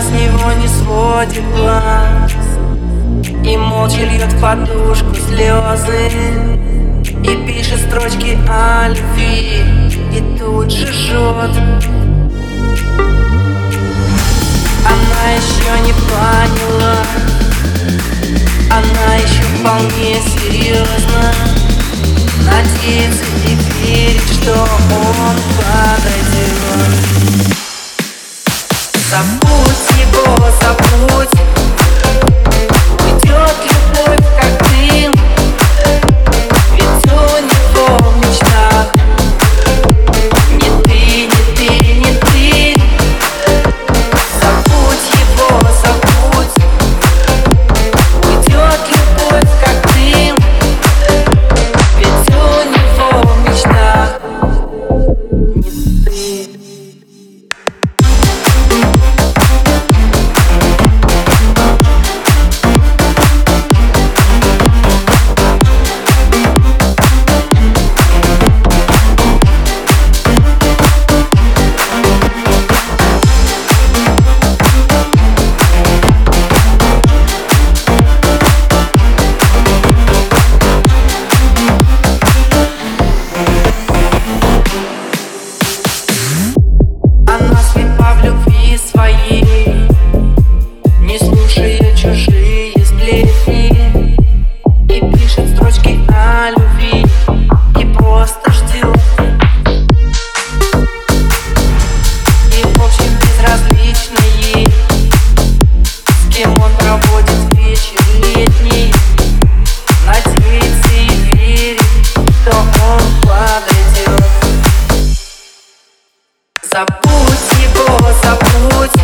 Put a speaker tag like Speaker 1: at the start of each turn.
Speaker 1: с него не сводит глаз и молча льет в подушку слезы, и пишет строчки о любви, и тут же жжет. Она еще не поняла, она еще вполне серьезно надеется и верит, что он подойдет. Забудь его, забудь, уйдет любовь как дым, ведь у него в мечтах не ты, не ты, не ты. Забудь его, забудь, уйдет любовь как дым, ведь у него в мечтах не ты. Не слушая чужие сплетни, и пишет строчки о любви, и просто ждет. И в общем безразлично ей, с кем он проводит вечер летний. Надеется и верит, что он подойдет. Забудь его, забудь,